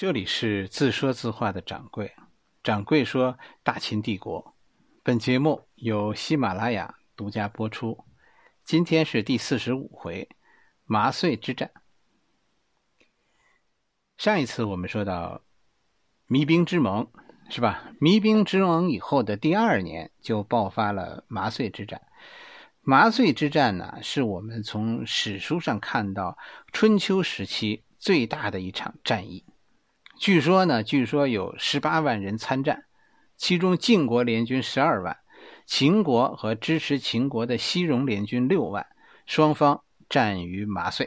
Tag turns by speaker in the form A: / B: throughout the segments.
A: 这里是自说自话的掌柜，掌柜说大秦帝国。本节目由喜马拉雅独家播出。今天是第45回，麻遂之战。上一次我们说到弭兵之盟，是吧？弭兵之盟以后的第2年就爆发了麻遂之战。麻遂之战呢，是我们从史书上看到春秋时期最大的一场战役。据说有18万人参战，其中晋国联军12万，秦国和支持秦国的西戎联军6万，双方战于麻遂。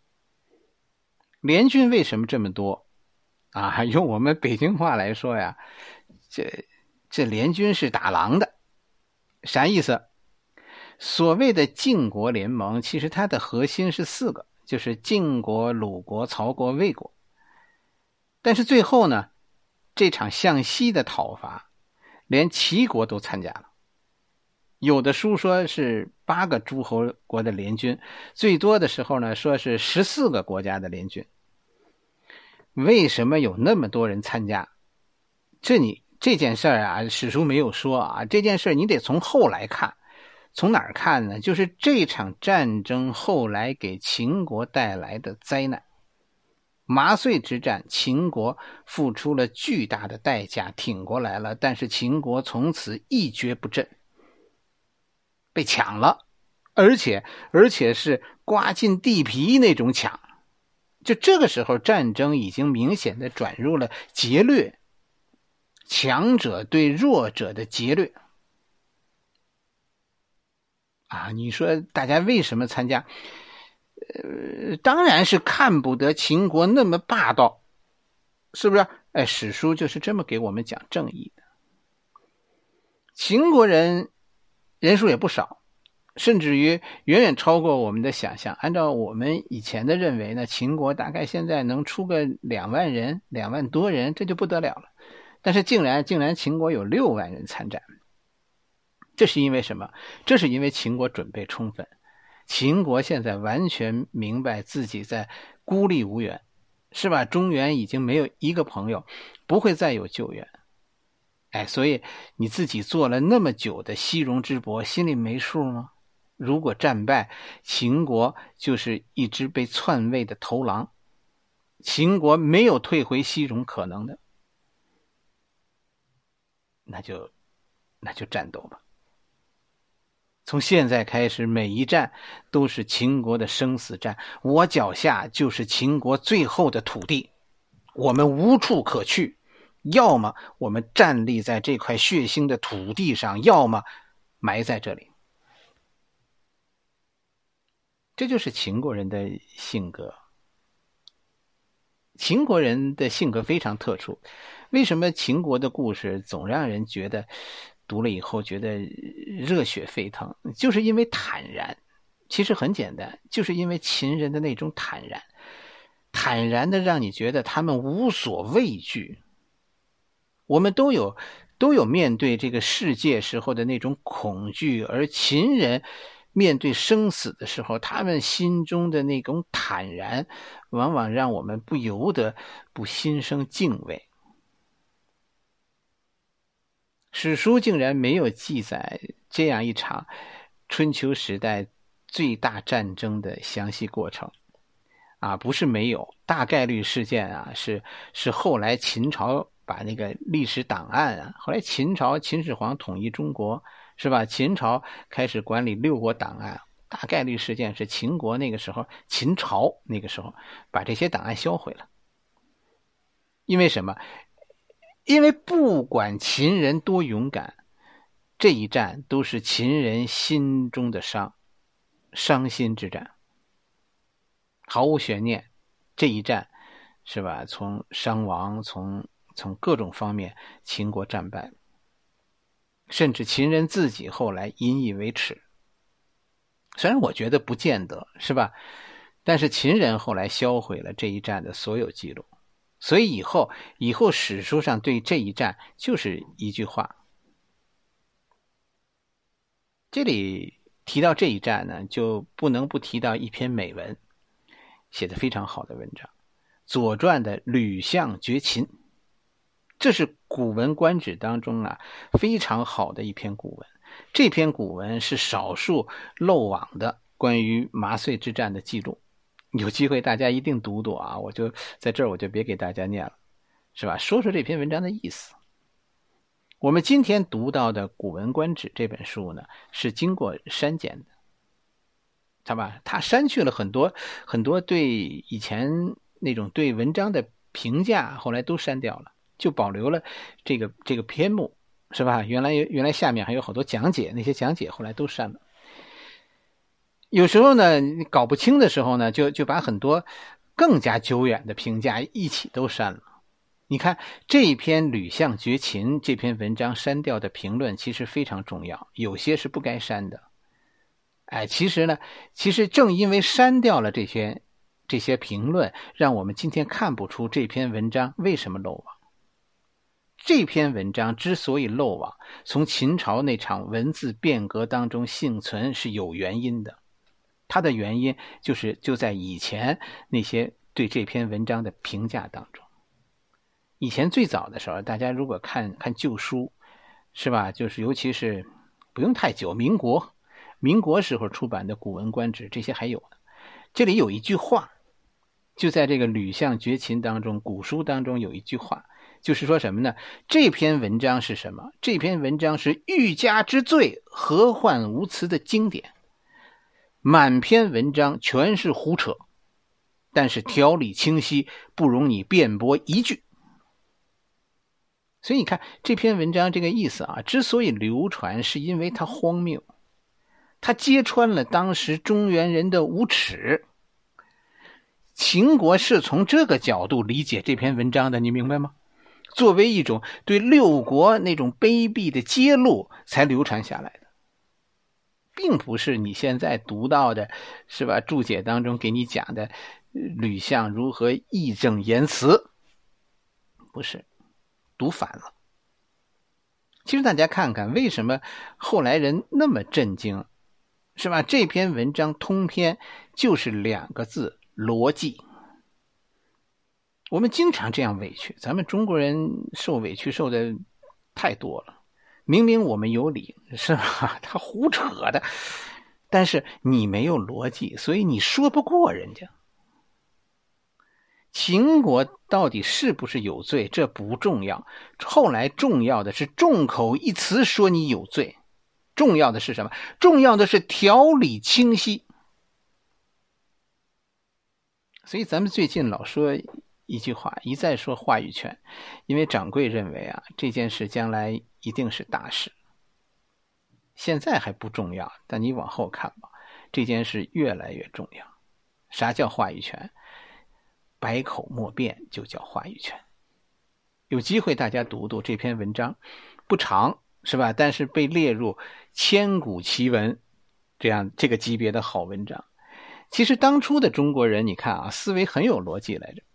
A: 联军为什么这么多啊？用我们北京话来说呀，这联军是打狼的。啥意思？所谓的晋国联盟，其实它的核心是4个，就是晋国、鲁国、曹国、魏国。但是最后呢，这场向西的讨伐，连齐国都参加了。有的书说是8个诸侯国的联军，最多的时候呢，说是14个国家的联军。为什么有那么多人参加？这件事啊，史书没有说啊。这件事你得从后来看。从哪儿看呢？就是这场战争后来给秦国带来的灾难。麻遂之战，秦国付出了巨大的代价挺过来了，但是秦国从此一蹶不振，被抢了，而且是刮尽地皮那种抢。就这个时候，战争已经明显的转入了劫掠，强者对弱者的劫掠。你说大家为什么参加？当然是看不得秦国那么霸道，是不是？史书就是这么给我们讲正义的。秦国人人数也不少，甚至于远远超过我们的想象。按照我们以前的认为呢，秦国大概现在能出个2万人，2万多人，这就不得了了。但是竟然秦国有6万人参战。这是因为什么？这是因为秦国准备充分。秦国现在完全明白自己在孤立无援，是吧？中原已经没有一个朋友，不会再有救援。所以你自己做了那么久的西戎之伯，心里没数吗？如果战败，秦国就是一只被篡位的头狼，秦国没有退回西戎可能的。那就战斗吧。从现在开始，每一战都是秦国的生死战。我脚下就是秦国最后的土地，我们无处可去，要么我们站立在这块血腥的土地上，要么埋在这里。这就是秦国人的性格。秦国人的性格非常特殊。为什么秦国的故事总让人觉得读了以后觉得热血沸腾？就是因为坦然。其实很简单，就是因为秦人的那种坦然，坦然的让你觉得他们无所畏惧。我们都有面对这个世界时候的那种恐惧，而秦人面对生死的时候，他们心中的那种坦然，往往让我们不由得不心生敬畏。史书竟然没有记载这样一场春秋时代最大战争的详细过程不是没有，大概率事件是后来秦朝把那个历史档案后来秦始皇统一中国，是吧？秦朝开始管理6国档案，大概率事件是秦朝那个时候把这些档案销毁了。因为什么？因为不管秦人多勇敢，这一战都是秦人心中的伤心之战。毫无悬念，这一战是吧？从伤亡，从各种方面，秦国战败，甚至秦人自己后来引以为耻。虽然我觉得不见得，是吧？但是秦人后来销毁了这一战的所有记录。所以以后史书上对这一战就是一句话。这里提到这一战呢，就不能不提到一篇美文，写得非常好的文章。 左传的吕相绝秦，这是《古文观止》当中非常好的一篇古文。这篇古文是少数漏网的关于麻遂之战的记录，有机会大家一定读读我就在这儿我就别给大家念了，是吧？说说这篇文章的意思。我们今天读到的《古文观止》这本书呢，是经过删减的，他删去了很多对以前那种对文章的评价，后来都删掉了，就保留了这个篇目，是吧？原来下面还有好多讲解，那些讲解后来都删了。有时候呢，搞不清的时候呢，就把很多更加久远的评价一起都删了。你看这一篇吕相绝秦这篇文章删掉的评论其实非常重要，有些是不该删的。其实正因为删掉了这些评论，让我们今天看不出这篇文章为什么漏网。这篇文章之所以漏网，从秦朝那场文字变革当中幸存是有原因的。它的原因就在以前那些对这篇文章的评价当中。以前最早的时候，大家如果看旧书，是吧？就是尤其是不用太久，民国时候出版的《古文观止》，这些还有呢。这里有一句话，就在这个吕相绝秦当中，古书当中有一句话，就是说什么呢？这篇文章是什么？这篇文章是欲加之罪，何患无辞的经典。满篇文章全是胡扯，但是条理清晰，不容你辩驳一句。所以你看这篇文章这个意思之所以流传，是因为它荒谬，它揭穿了当时中原人的无耻。秦国是从这个角度理解这篇文章的，你明白吗？作为一种对六国那种卑鄙的揭露才流传下来的，并不是你现在读到的，是吧？注解当中给你讲的吕相如何义正言辞，不是，读反了。其实大家看看为什么后来人那么震惊，是吧？这篇文章通篇就是2个字：逻辑。我们经常这样委屈，咱们中国人受委屈受的太多了。明明我们有理，是吧？他胡扯的，但是你没有逻辑，所以你说不过人家。秦国到底是不是有罪，这不重要，后来重要的是众口一词说你有罪。重要的是什么？重要的是条理清晰。所以咱们最近老说一句话，一再说话语权，因为掌柜认为这件事将来一定是大事。现在还不重要，但你往后看吧，这件事越来越重要。啥叫话语权？百口莫辩就叫话语权。有机会大家读读这篇文章，不长，是吧？但是被列入千古奇文这个级别的好文章。其实当初的中国人，你看思维很有逻辑来着。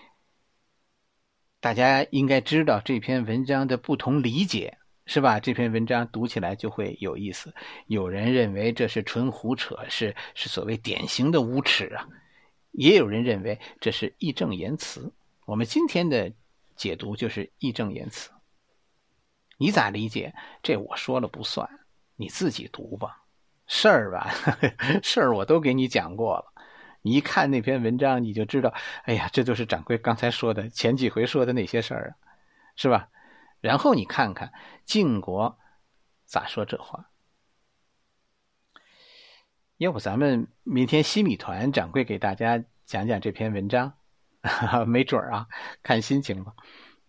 A: 大家应该知道这篇文章的不同理解，是吧？这篇文章读起来就会有意思。有人认为这是纯胡扯，是所谓典型的无耻也有人认为这是义正言辞。我们今天的解读就是义正言辞。你咋理解？这我说了不算，你自己读吧。事儿我都给你讲过了。你一看那篇文章，你就知道，哎呀，这就是掌柜刚才说的前几回说的那些事儿是吧？然后你看看晋国咋说这话。要不咱们明天西米团掌柜给大家讲讲这篇文章，没准看心情吧。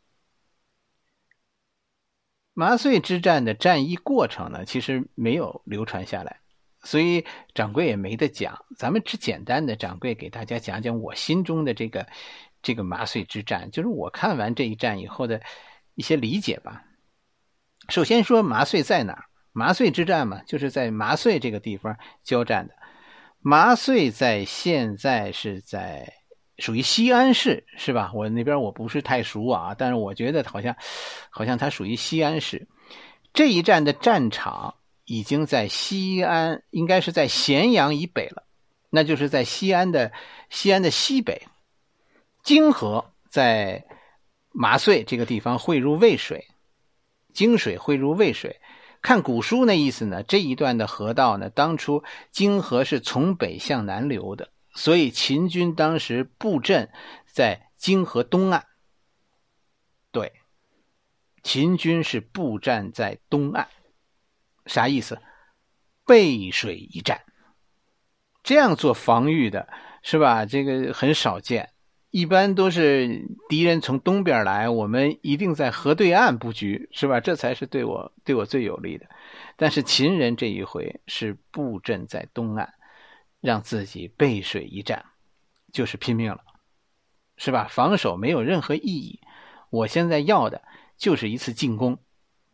A: 麻遂之战的战役过程呢，其实没有流传下来，所以掌柜也没得讲。咱们只简单的掌柜给大家讲讲我心中的这个麻遂之战，就是我看完这一战以后的一些理解吧。首先说麻遂在哪儿？麻遂之战嘛，就是在麻遂这个地方交战的。麻遂在现在是在属于西安市，是吧？我那边我不是太熟但是我觉得好像它属于西安市。这一战的战场已经在西安，应该是在咸阳以北了，那就是在西安的西北。 泾河在麻遂这个地方汇入渭水，泾水汇入渭水。看古书那意思呢，这一段的河道呢，当初泾河是从北向南流的，所以秦军当时布阵在泾河东岸。对，秦军是布战在东岸，啥意思？背水一战。这样做防御的是吧？这个很少见，一般都是敌人从东边来，我们一定在河对岸布局，是吧？这才是对我最有利的。但是秦人这一回是布阵在东岸，让自己背水一战，就是拼命了，是吧？防守没有任何意义，我现在要的就是一次进攻。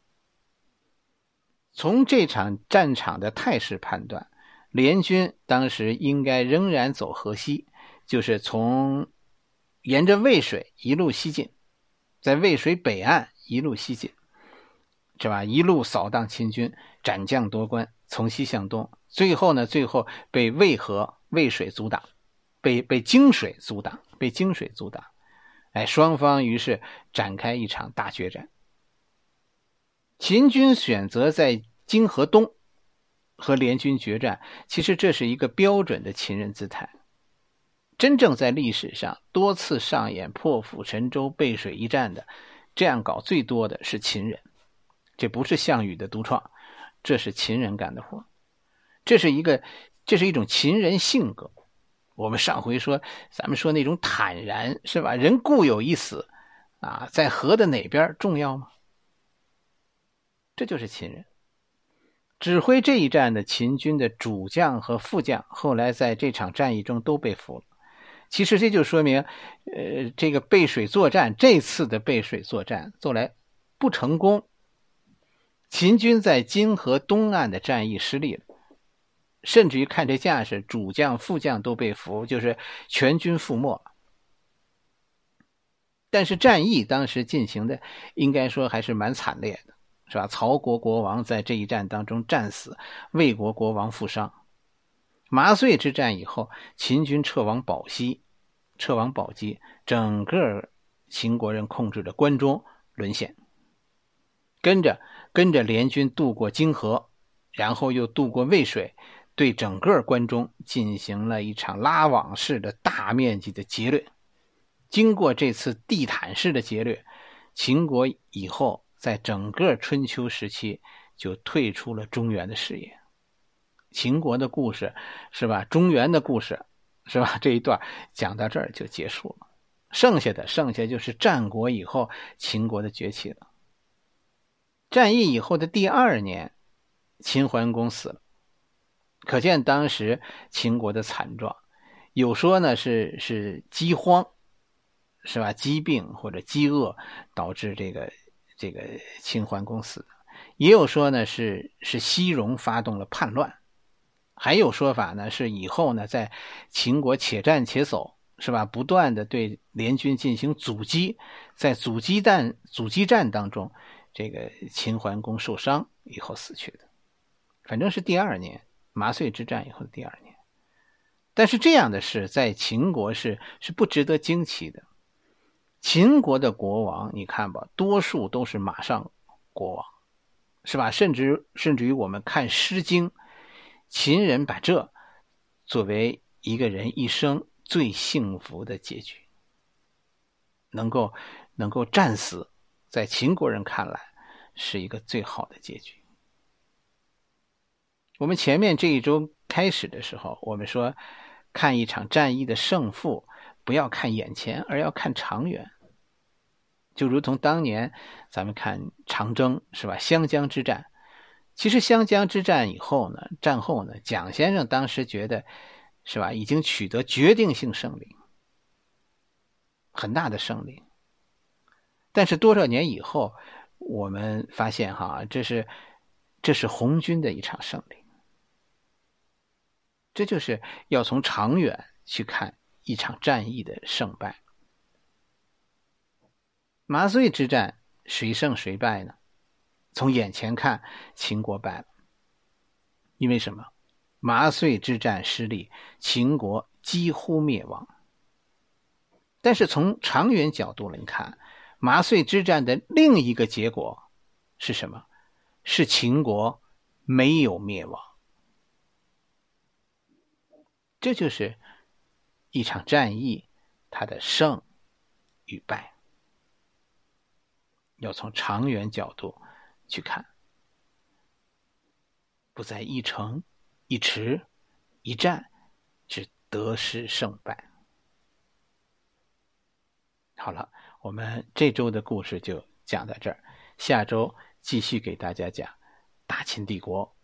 A: 从这场战场的态势判断，联军当时应该仍然走河西，就是沿着渭水一路西进，在渭水北岸一路西进，是吧？一路扫荡秦军，斩将夺关，从西向东，最后被渭水阻挡，被泾水阻挡，双方于是展开一场大决战。秦军选择在泾河东和联军决战，其实这是一个标准的秦人姿态。真正在历史上多次上演破釜沉舟、背水一战的，这样搞最多的是秦人。这不是项羽的独创，这是秦人干的活。这是一种秦人性格。我们上回说，咱们说那种坦然，是吧？人固有一死啊，在河的哪边重要吗？这就是秦人。指挥这一战的秦军的主将和副将，后来在这场战役中都被俘了。其实这就说明，这个背水作战，这次的背水作战做来不成功。秦军在泾河东岸的战役失利了，甚至于看这架势，主将、副将都被俘，就是全军覆没。但是战役当时进行的，应该说还是蛮惨烈的。是吧？曹国国王在这一战当中战死，魏国国王负伤。麻遂之战以后，秦军撤往宝鸡，整个秦国人控制的关中沦陷。跟着联军渡过泾河，然后又渡过渭水，对整个关中进行了一场拉网式的大面积的劫掠。经过这次地毯式的劫掠，秦国以后在整个春秋时期就退出了中原的视野。秦国的故事是吧？中原的故事是吧？这一段讲到这儿就结束了。剩下就是战国以后秦国的崛起了。战役以后的第2年，秦桓公死了，可见当时秦国的惨状。有说呢是饥荒，是吧？疾病或者饥饿导致这个秦桓公死的。也有说呢是西戎发动了叛乱，还有说法呢是以后呢在秦国且战且走，是吧？不断的对联军进行阻击，在阻击战当中，这个秦桓公受伤以后死去的。反正是第2年，麻遂之战以后的第2年。但是这样的事在秦国是不值得惊奇的。秦国的国王你看吧，多数都是马上国王，是吧？甚至于我们看《诗经》，秦人把这作为一个人一生最幸福的结局。能够战死，在秦国人看来是一个最好的结局。我们前面这一周开始的时候，我们说看一场战役的胜负，不要看眼前，而要看长远。就如同当年咱们看长征，是吧？湘江之战。其实湘江之战战后呢，蒋先生当时觉得，是吧？已经取得决定性胜利，很大的胜利。但是多少年以后，我们发现这是红军的一场胜利。这就是要从长远去看一场战役的胜败。麻遂之战谁胜谁败呢？从眼前看，秦国败了。因为什么？麻遂之战失利，秦国几乎灭亡。 但是从长远角度来看，麻遂之战的另一个结果是什么？是秦国没有灭亡。这就是一场战役它的胜与败，要从长远角度去看，不在一城一池一战之得失胜败。好了，我们这周的故事就讲到这儿，下周继续给大家讲大秦帝国